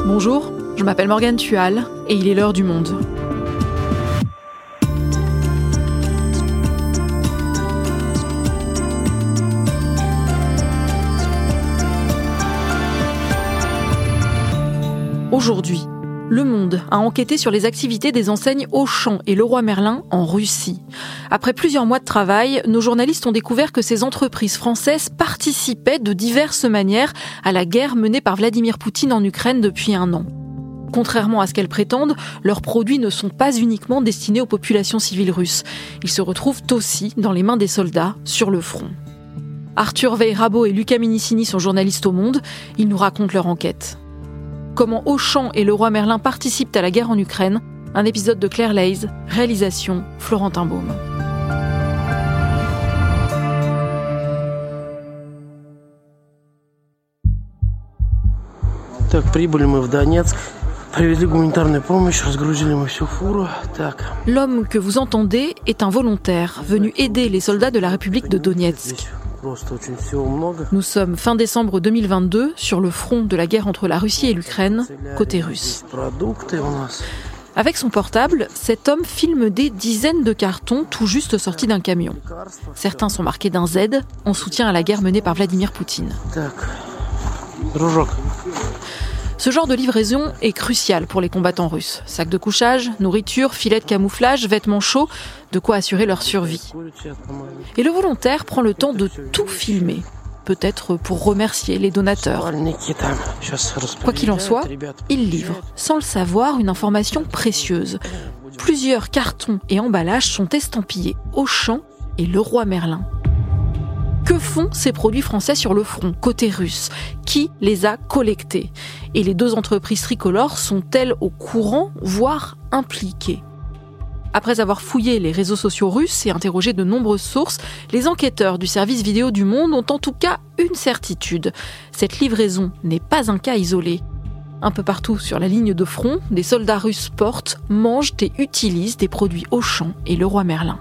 Bonjour, je m'appelle Morgane Tual et il est l'heure du monde. Aujourd'hui, Le Monde a enquêté sur les activités des enseignes Auchan et Leroy Merlin en Russie. Après plusieurs mois de travail, nos journalistes ont découvert que ces entreprises françaises participaient de diverses manières à la guerre menée par Vladimir Poutine en Ukraine depuis 1 an. Contrairement à ce qu'elles prétendent, leurs produits ne sont pas uniquement destinés aux populations civiles russes. Ils se retrouvent aussi dans les mains des soldats sur le front. Arthur Weyrabo et Luca Minicini sont journalistes au Monde. Ils nous racontent leur enquête. Comment Auchan et Leroy Merlin participent à la guerre en Ukraine, un épisode de Claire Leys, réalisation Florentin Baume. L'homme que vous entendez est un volontaire venu aider les soldats de la République de Donetsk. Nous sommes fin décembre 2022 sur le front de la guerre entre la Russie et l'Ukraine, côté russe. Avec son portable, cet homme filme des dizaines de cartons tout juste sortis d'un camion. Certains sont marqués d'un Z, en soutien à la guerre menée par Vladimir Poutine. Ce genre de livraison est crucial pour les combattants russes. Sacs de couchage, nourriture, filets de camouflage, vêtements chauds, de quoi assurer leur survie. Et le volontaire prend le temps de tout filmer, peut-être pour remercier les donateurs. Quoi qu'il en soit, il livre, sans le savoir, une information précieuse. Plusieurs cartons et emballages sont estampillés Auchan et Leroy Merlin. Que font ces produits français sur le front, côté russe ? Qui les a collectés ? Et les deux entreprises tricolores sont-elles au courant, voire impliquées ? Après avoir fouillé les réseaux sociaux russes et interrogé de nombreuses sources, les enquêteurs du service vidéo du Monde ont en tout cas une certitude. Cette livraison n'est pas un cas isolé. Un peu partout sur la ligne de front, des soldats russes portent, mangent et utilisent des produits Auchan et Leroy Merlin.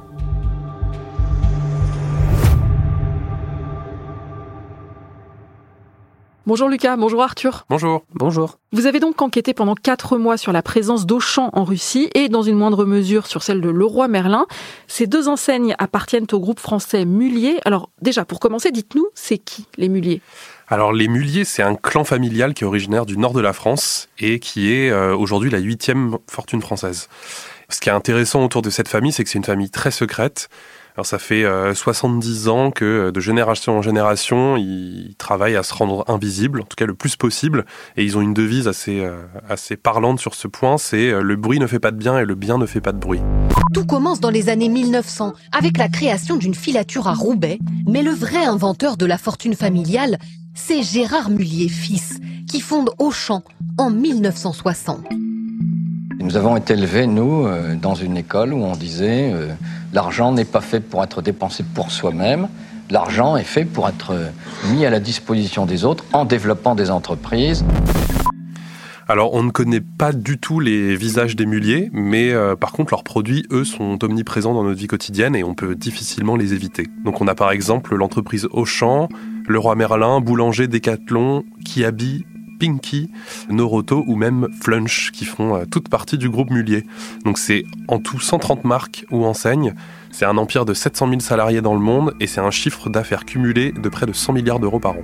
Bonjour Lucas, bonjour Arthur. Bonjour. Bonjour. Vous avez donc enquêté pendant 4 mois sur la présence d'Auchan en Russie et dans une moindre mesure sur celle de Leroy Merlin. Ces deux enseignes appartiennent au groupe français Mullier. Alors déjà, pour commencer, dites-nous, c'est qui les Mullier ? Alors les Mullier, c'est un clan familial qui est originaire du nord de la France et qui est aujourd'hui la 8e fortune française. Ce qui est intéressant autour de cette famille, c'est que c'est une famille très secrète. Alors ça fait 70 ans que de génération en génération, ils travaillent à se rendre invisibles, en tout cas le plus possible. Et ils ont une devise assez parlante sur ce point, c'est « le bruit ne fait pas de bien et le bien ne fait pas de bruit ». Tout commence dans les années 1900 avec la création d'une filature à Roubaix. Mais le vrai inventeur de la fortune familiale, c'est Gérard Mullier fils, qui fonde Auchan en 1960. Nous avons été élevés, nous, dans une école où on disait l'argent n'est pas fait pour être dépensé pour soi-même, l'argent est fait pour être mis à la disposition des autres en développant des entreprises. Alors, on ne connaît pas du tout les visages des Mullier, mais par contre, leurs produits, eux, sont omniprésents dans notre vie quotidienne et on peut difficilement les éviter. Donc, on a par exemple l'entreprise Auchan, Leroy Merlin, Boulanger, Decathlon, Kiabi, Pinky, Noroto ou même Flunch qui font toute partie du groupe Mullier. Donc c'est en tout 130 marques ou enseignes. C'est un empire de 700 000 salariés dans le monde et c'est un chiffre d'affaires cumulé de près de 100 milliards d'euros par an.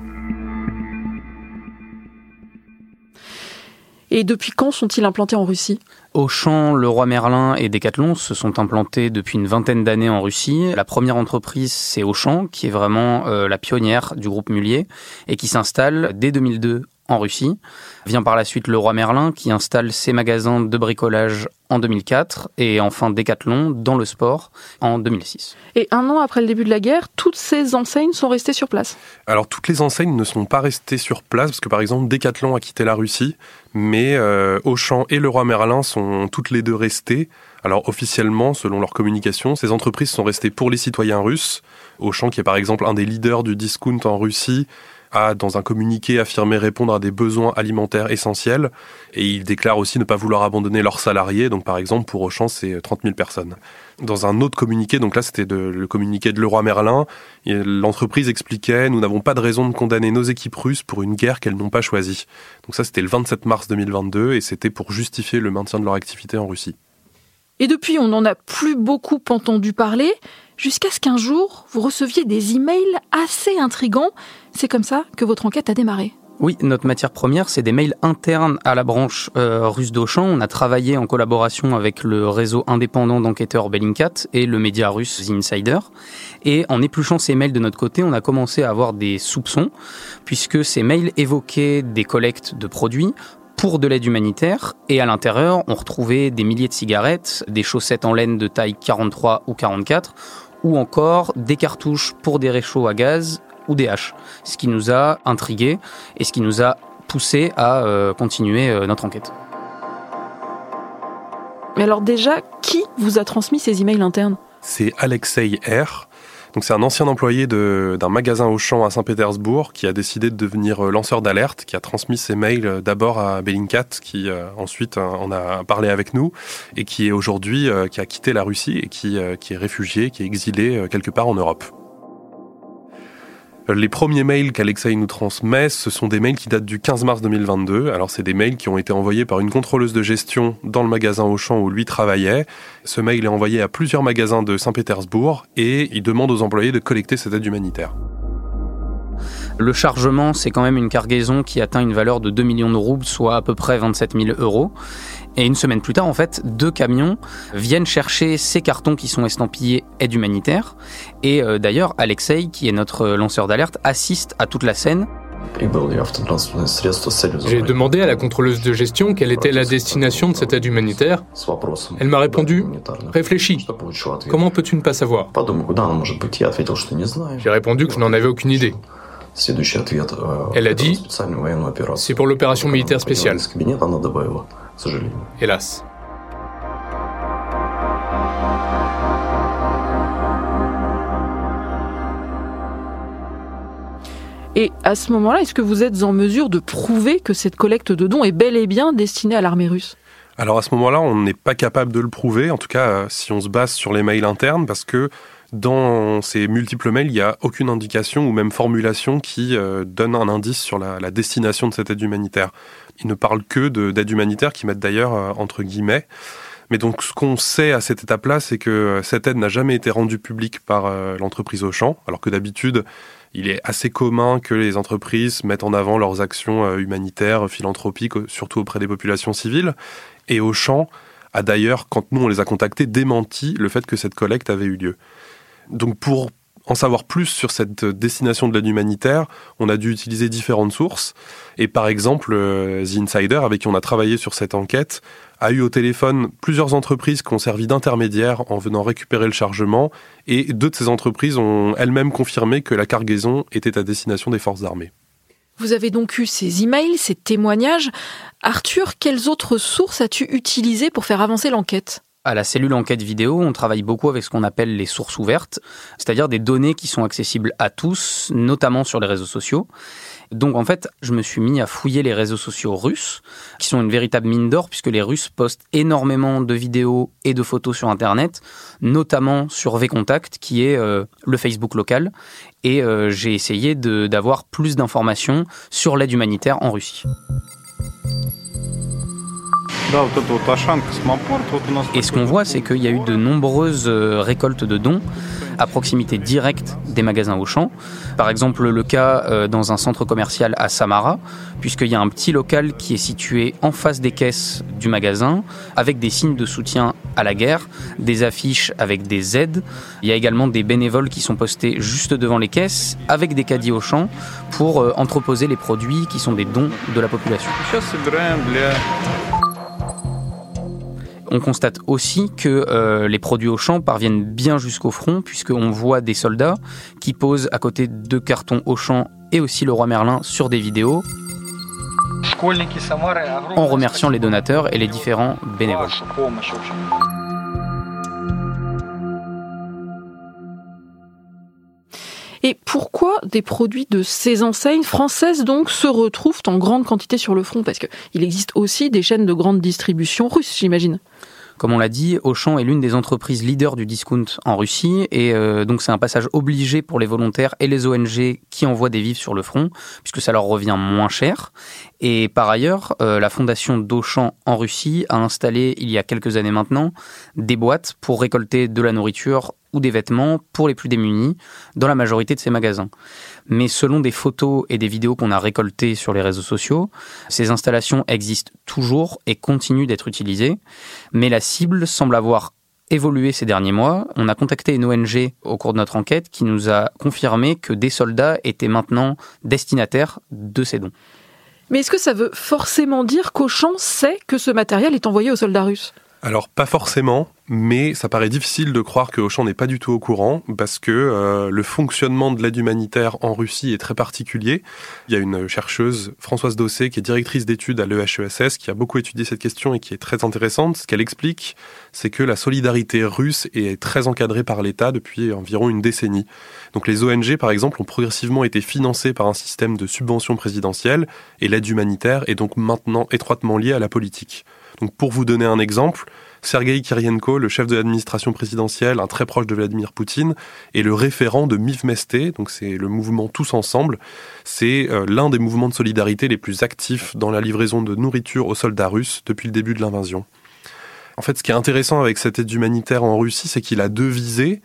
Et depuis quand sont-ils implantés en Russie ? Auchan, Leroy Merlin et Decathlon se sont implantés depuis une vingtaine d'années en Russie. La première entreprise, c'est Auchan, qui est vraiment la pionnière du groupe Mullier et qui s'installe dès 2002 en Russie. Vient par la suite Leroy Merlin qui installe ses magasins de bricolage en 2004 et enfin Decathlon dans le sport en 2006. Et 1 an après le début de la guerre, toutes ces enseignes sont restées sur place ? Alors toutes les enseignes ne sont pas restées sur place parce que par exemple Decathlon a quitté la Russie, mais Auchan et Leroy Merlin sont toutes les deux restées. Alors officiellement, selon leur communication, ces entreprises sont restées pour les citoyens russes. Auchan qui est par exemple un des leaders du discount en Russie, a, dans un communiqué, affirmé répondre à des besoins alimentaires essentiels. Et ils déclarent aussi ne pas vouloir abandonner leurs salariés. Donc, par exemple, pour Auchan, c'est 30 000 personnes. Dans un autre communiqué, donc là, c'était le communiqué de Leroy Merlin, l'entreprise expliquait « Nous n'avons pas de raison de condamner nos équipes russes pour une guerre qu'elles n'ont pas choisie ». Donc ça, c'était le 27 mars 2022 et c'était pour justifier le maintien de leur activité en Russie. Et depuis, on n'en a plus beaucoup entendu parler, jusqu'à ce qu'un jour, vous receviez des emails assez intrigants. C'est comme ça que votre enquête a démarré. Oui, notre matière première, c'est des mails internes à la branche russe d'Auchan. On a travaillé en collaboration avec le réseau indépendant d'enquêteurs Bellingcat et le média russe The Insider. Et en épluchant ces mails de notre côté, on a commencé à avoir des soupçons, puisque ces mails évoquaient des collectes de produits pour de l'aide humanitaire, et à l'intérieur, on retrouvait des milliers de cigarettes, des chaussettes en laine de taille 43 ou 44, ou encore des cartouches pour des réchauds à gaz ou des haches. Ce qui nous a intrigués et ce qui nous a poussé à continuer notre enquête. Mais alors déjà, qui vous a transmis ces emails internes ? C'est Alexei R. Donc c'est un ancien employé d'un magasin Auchan à Saint-Pétersbourg qui a décidé de devenir lanceur d'alerte, qui a transmis ses mails d'abord à Bellingcat, qui ensuite en a parlé avec nous, et qui est aujourd'hui, qui a quitté la Russie et qui est réfugié, qui est exilé quelque part en Europe. Les premiers mails qu'Alexei nous transmet, ce sont des mails qui datent du 15 mars 2022. Alors c'est des mails qui ont été envoyés par une contrôleuse de gestion dans le magasin Auchan où lui travaillait. Ce mail est envoyé à plusieurs magasins de Saint-Pétersbourg et il demande aux employés de collecter cette aide humanitaire. Le chargement, c'est quand même une cargaison qui atteint une valeur de 2 millions de roubles, soit à peu près 27 000 €. Et une semaine plus tard, en fait, 2 camions viennent chercher ces cartons qui sont estampillés aide humanitaire. Et d'ailleurs, Alexei, qui est notre lanceur d'alerte, assiste à toute la scène. J'ai demandé à la contrôleuse de gestion quelle était la destination de cette aide humanitaire. Elle m'a répondu « Réfléchis, comment peux-tu ne pas savoir ?» J'ai répondu que je n'en avais aucune idée. Elle a dit « C'est pour l'opération militaire spéciale. » Hélas. Et à ce moment-là, est-ce que vous êtes en mesure de prouver que cette collecte de dons est bel et bien destinée à l'armée russe ? Alors à ce moment-là, on n'est pas capable de le prouver, en tout cas si on se base sur les mails internes, parce que dans ces multiples mails, il n'y a aucune indication ou même formulation qui donne un indice sur la destination de cette aide humanitaire. Ils ne parlent que d'aide humanitaire, qui mettent d'ailleurs entre guillemets. Mais donc ce qu'on sait à cette étape-là, c'est que cette aide n'a jamais été rendue publique par l'entreprise Auchan, alors que d'habitude, il est assez commun que les entreprises mettent en avant leurs actions humanitaires, philanthropiques, surtout auprès des populations civiles. Et Auchan a d'ailleurs, quand nous on les a contactés, démenti le fait que cette collecte avait eu lieu. Donc pour en savoir plus sur cette destination de l'aide humanitaire, on a dû utiliser différentes sources. Et par exemple, The Insider, avec qui on a travaillé sur cette enquête, a eu au téléphone plusieurs entreprises qui ont servi d'intermédiaires en venant récupérer le chargement. Et 2 de ces entreprises ont elles-mêmes confirmé que la cargaison était à destination des forces armées. Vous avez donc eu ces emails, ces témoignages. Arthur, quelles autres sources as-tu utilisées pour faire avancer l'enquête ? À la cellule enquête vidéo, on travaille beaucoup avec ce qu'on appelle les sources ouvertes, c'est-à-dire des données qui sont accessibles à tous, notamment sur les réseaux sociaux. Donc en fait, je me suis mis à fouiller les réseaux sociaux russes, qui sont une véritable mine d'or, puisque les Russes postent énormément de vidéos et de photos sur Internet, notamment sur VKontakte, qui est le Facebook local. Et j'ai essayé d'avoir plus d'informations sur l'aide humanitaire en Russie. Et ce qu'on voit, c'est qu'il y a eu de nombreuses récoltes de dons à proximité directe des magasins Auchan. Par exemple, le cas dans un centre commercial à Samara, puisqu'il y a un petit local qui est situé en face des caisses du magasin, avec des signes de soutien à la guerre, des affiches avec des aides. Il y a également des bénévoles qui sont postés juste devant les caisses, avec des caddies Auchan, pour entreposer les produits qui sont des dons de la population. On constate aussi que les produits Auchan parviennent bien jusqu'au front, puisqu'on voit des soldats qui posent à côté de cartons Auchan et aussi Leroy Merlin sur des vidéos, en remerciant les donateurs et les différents bénévoles. Et pourquoi des produits de ces enseignes françaises donc se retrouvent en grande quantité sur le front ? Parce qu'il existe aussi des chaînes de grande distribution russes, j'imagine. Comme on l'a dit, Auchan est l'une des entreprises leaders du discount en Russie et donc c'est un passage obligé pour les volontaires et les ONG qui envoient des vivres sur le front puisque ça leur revient moins cher. Et par ailleurs, la fondation d'Auchan en Russie a installé il y a quelques années maintenant des boîtes pour récolter de la nourriture ou des vêtements pour les plus démunis dans la majorité de ces magasins. Mais selon des photos et des vidéos qu'on a récoltées sur les réseaux sociaux, ces installations existent toujours et continuent d'être utilisées. Mais la cible semble avoir évolué ces derniers mois. On a contacté une ONG au cours de notre enquête qui nous a confirmé que des soldats étaient maintenant destinataires de ces dons. Mais est-ce que ça veut forcément dire qu'Auchan sait que ce matériel est envoyé aux soldats russes ? Alors pas forcément, mais ça paraît difficile de croire que Auchan n'est pas du tout au courant parce que le fonctionnement de l'aide humanitaire en Russie est très particulier. Il y a une chercheuse, Françoise Dossé, qui est directrice d'études à l'EHESS, qui a beaucoup étudié cette question et qui est très intéressante. Ce qu'elle explique, c'est que la solidarité russe est très encadrée par l'État depuis environ une décennie. Donc les ONG, par exemple, ont progressivement été financées par un système de subvention présidentielle et l'aide humanitaire est donc maintenant étroitement liée à la politique. Donc pour vous donner un exemple, Sergueï Kirienko, le chef de l'administration présidentielle, un très proche de Vladimir Poutine, est le référent de Mivmeste, donc c'est le mouvement Tous Ensemble. C'est l'un des mouvements de solidarité les plus actifs dans la livraison de nourriture aux soldats russes depuis le début de l'invasion. En fait, ce qui est intéressant avec cette aide humanitaire en Russie, c'est qu'il a deux visées.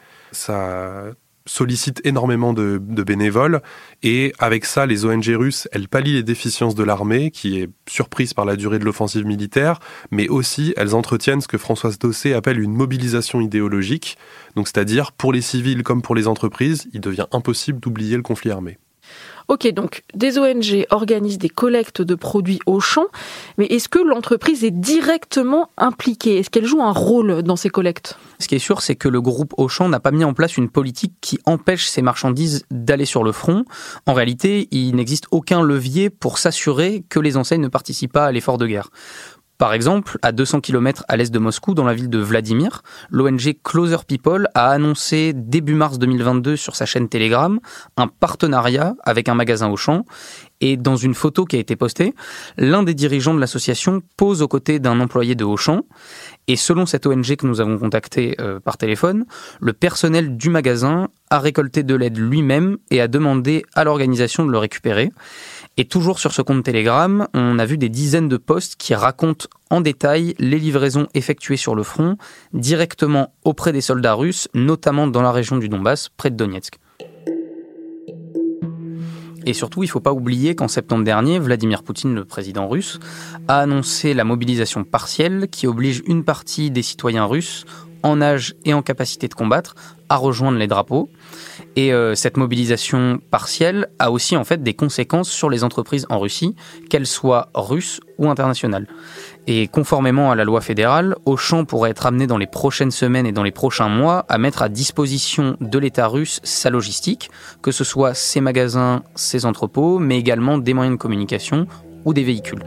Ça sollicite énormément de bénévoles et avec ça, les ONG russes, elles pallient les déficiences de l'armée qui est surprise par la durée de l'offensive militaire, mais aussi elles entretiennent ce que Françoise Dossé appelle une mobilisation idéologique, donc c'est-à-dire pour les civils comme pour les entreprises, il devient impossible d'oublier le conflit armé. Ok, donc des ONG organisent des collectes de produits Auchan, mais est-ce que l'entreprise est directement impliquée ? Est-ce qu'elle joue un rôle dans ces collectes ? Ce qui est sûr, c'est que le groupe Auchan n'a pas mis en place une politique qui empêche ces marchandises d'aller sur le front. En réalité, il n'existe aucun levier pour s'assurer que les enseignes ne participent pas à l'effort de guerre. Par exemple, à 200 km à l'est de Moscou, dans la ville de Vladimir, l'ONG Closer People a annoncé début mars 2022 sur sa chaîne Telegram un partenariat avec un magasin Auchan. Et dans une photo qui a été postée, l'un des dirigeants de l'association pose aux côtés d'un employé de Auchan. Et selon cette ONG que nous avons contactée par téléphone, le personnel du magasin a récolté de l'aide lui-même et a demandé à l'organisation de le récupérer. Et toujours sur ce compte Telegram, on a vu des dizaines de posts qui racontent en détail les livraisons effectuées sur le front, directement auprès des soldats russes, notamment dans la région du Donbass, près de Donetsk. Et surtout, il ne faut pas oublier qu'en septembre dernier, Vladimir Poutine, le président russe, a annoncé la mobilisation partielle qui oblige une partie des citoyens russes en âge et en capacité de combattre à rejoindre les drapeaux. Et cette mobilisation partielle a aussi en fait des conséquences sur les entreprises en Russie, qu'elles soient russes ou internationales. Et conformément à la loi fédérale, Auchan pourrait être amené dans les prochaines semaines et dans les prochains mois à mettre à disposition de l'État russe sa logistique, que ce soit ses magasins, ses entrepôts, mais également des moyens de communication ou des véhicules.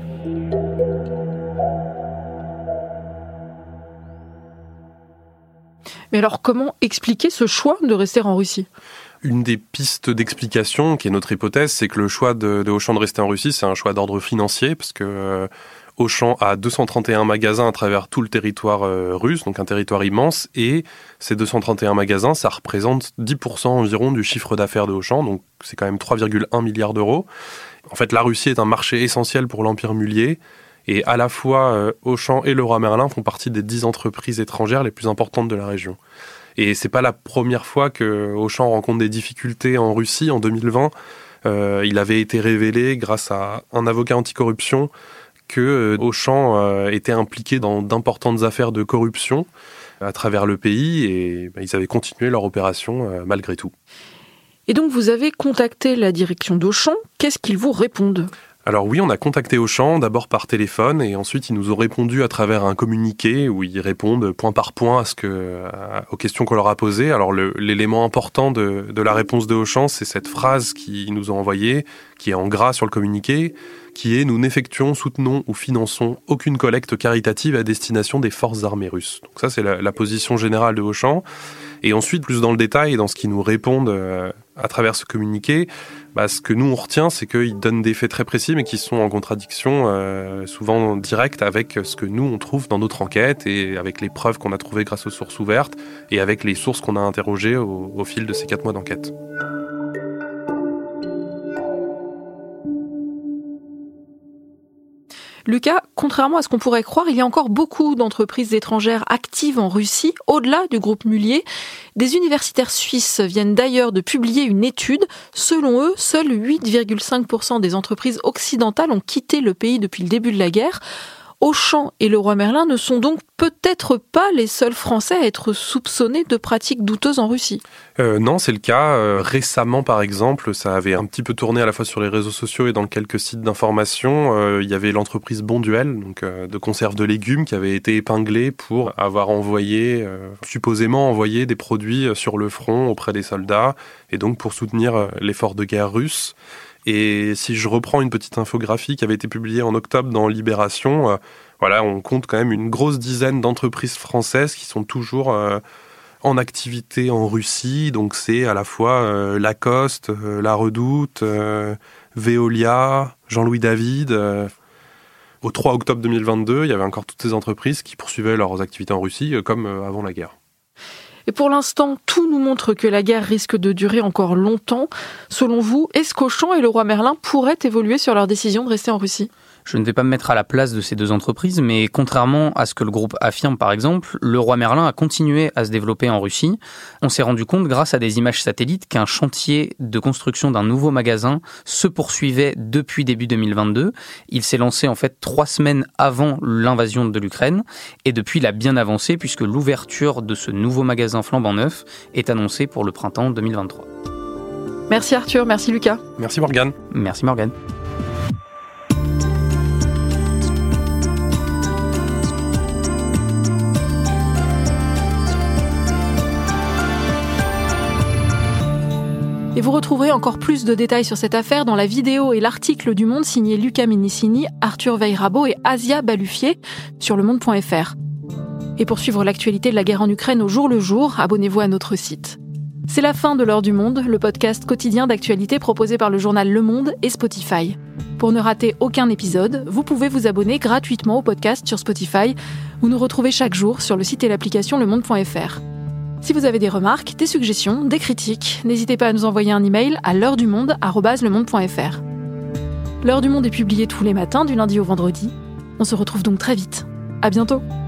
Mais alors, comment expliquer ce choix de rester en Russie ? Une des pistes d'explication, qui est notre hypothèse, c'est que le choix de Auchan de rester en Russie, c'est un choix d'ordre financier, parce que Auchan a 231 magasins à travers tout le territoire russe, donc un territoire immense, et ces 231 magasins, ça représente 10% environ du chiffre d'affaires de Auchan, donc c'est quand même 3,1 milliards d'euros. En fait, la Russie est un marché essentiel pour l'Empire Mullier, et à la fois Auchan et Leroy Merlin font partie des 10 entreprises étrangères les plus importantes de la région. Et c'est pas la première fois que Auchan rencontre des difficultés en Russie. En 2020, il avait été révélé grâce à un avocat anticorruption que Auchan était impliqué dans d'importantes affaires de corruption à travers le pays et ils avaient continué leur opération malgré tout. Et donc vous avez contacté la direction d'Auchan. Qu'est-ce qu'ils vous répondent ? Alors oui, on a contacté Auchan, d'abord par téléphone, et ensuite ils nous ont répondu à travers un communiqué où ils répondent point par point aux questions qu'on leur a posées. Alors l'élément important de la réponse de Auchan, c'est cette phrase qu'ils nous ont envoyée, qui est en gras sur le communiqué, qui est « Nous n'effectuons, soutenons ou finançons aucune collecte caritative à destination des forces armées russes ». Donc ça, c'est la position générale de Auchan. Et ensuite, plus dans le détail, dans ce qu'ils nous répondent à travers ce communiqué, ce que nous on retient, c'est qu'ils donnent des faits très précis, mais qui sont en contradiction souvent directe avec ce que nous on trouve dans notre enquête et avec les preuves qu'on a trouvées grâce aux sources ouvertes et avec les sources qu'on a interrogées au fil de ces 4 mois d'enquête. Lucas, contrairement à ce qu'on pourrait croire, il y a encore beaucoup d'entreprises étrangères actives en Russie, au-delà du groupe Mullier. Des universitaires suisses viennent d'ailleurs de publier une étude. Selon eux, seuls 8,5% des entreprises occidentales ont quitté le pays depuis le début de la guerre. Auchan et Leroy Merlin ne sont donc peut-être pas les seuls Français à être soupçonnés de pratiques douteuses en Russie. Non, c'est le cas. Récemment, par exemple, ça avait un petit peu tourné à la fois sur les réseaux sociaux et dans quelques sites d'information. Il y avait l'entreprise Bonduel, donc de conserve de légumes, qui avait été épinglée pour avoir supposément envoyé des produits sur le front auprès des soldats, et donc pour soutenir l'effort de guerre russe. Et si je reprends une petite infographie qui avait été publiée en octobre dans Libération, on compte quand même une grosse dizaine d'entreprises françaises qui sont toujours en activité en Russie. Donc c'est à la fois Lacoste, La Redoute, Veolia, Jean-Louis David. Au 3 octobre 2022, il y avait encore toutes ces entreprises qui poursuivaient leurs activités en Russie comme avant la guerre. Et pour l'instant, tout nous montre que la guerre risque de durer encore longtemps. Selon vous, est-ce qu'Auchan et Leroy Merlin pourraient évoluer sur leur décision de rester en Russie ? Je ne vais pas me mettre à la place de ces deux entreprises, mais contrairement à ce que le groupe affirme par exemple, Leroy Merlin a continué à se développer en Russie. On s'est rendu compte grâce à des images satellites qu'un chantier de construction d'un nouveau magasin se poursuivait depuis début 2022. Il s'est lancé en fait 3 semaines avant l'invasion de l'Ukraine et depuis il a bien avancé puisque l'ouverture de ce nouveau magasin flambant neuf est annoncée pour le printemps 2023. Merci Arthur, merci Lucas. Merci Morgane. Merci Morgane. Et vous retrouverez encore plus de détails sur cette affaire dans la vidéo et l'article du Monde signé Lucas Minicini, Arthur Veil-Rabault et Asia Baluffier sur lemonde.fr. Et pour suivre l'actualité de la guerre en Ukraine au jour le jour, abonnez-vous à notre site. C'est la fin de l'heure du Monde, le podcast quotidien d'actualité proposé par le journal Le Monde et Spotify. Pour ne rater aucun épisode, vous pouvez vous abonner gratuitement au podcast sur Spotify ou nous retrouver chaque jour sur le site et l'application lemonde.fr. Si vous avez des remarques, des suggestions, des critiques, n'hésitez pas à nous envoyer un email à l'heuredumonde@lemonde.fr. L'heure du monde est publiée tous les matins du lundi au vendredi. On se retrouve donc très vite. À bientôt.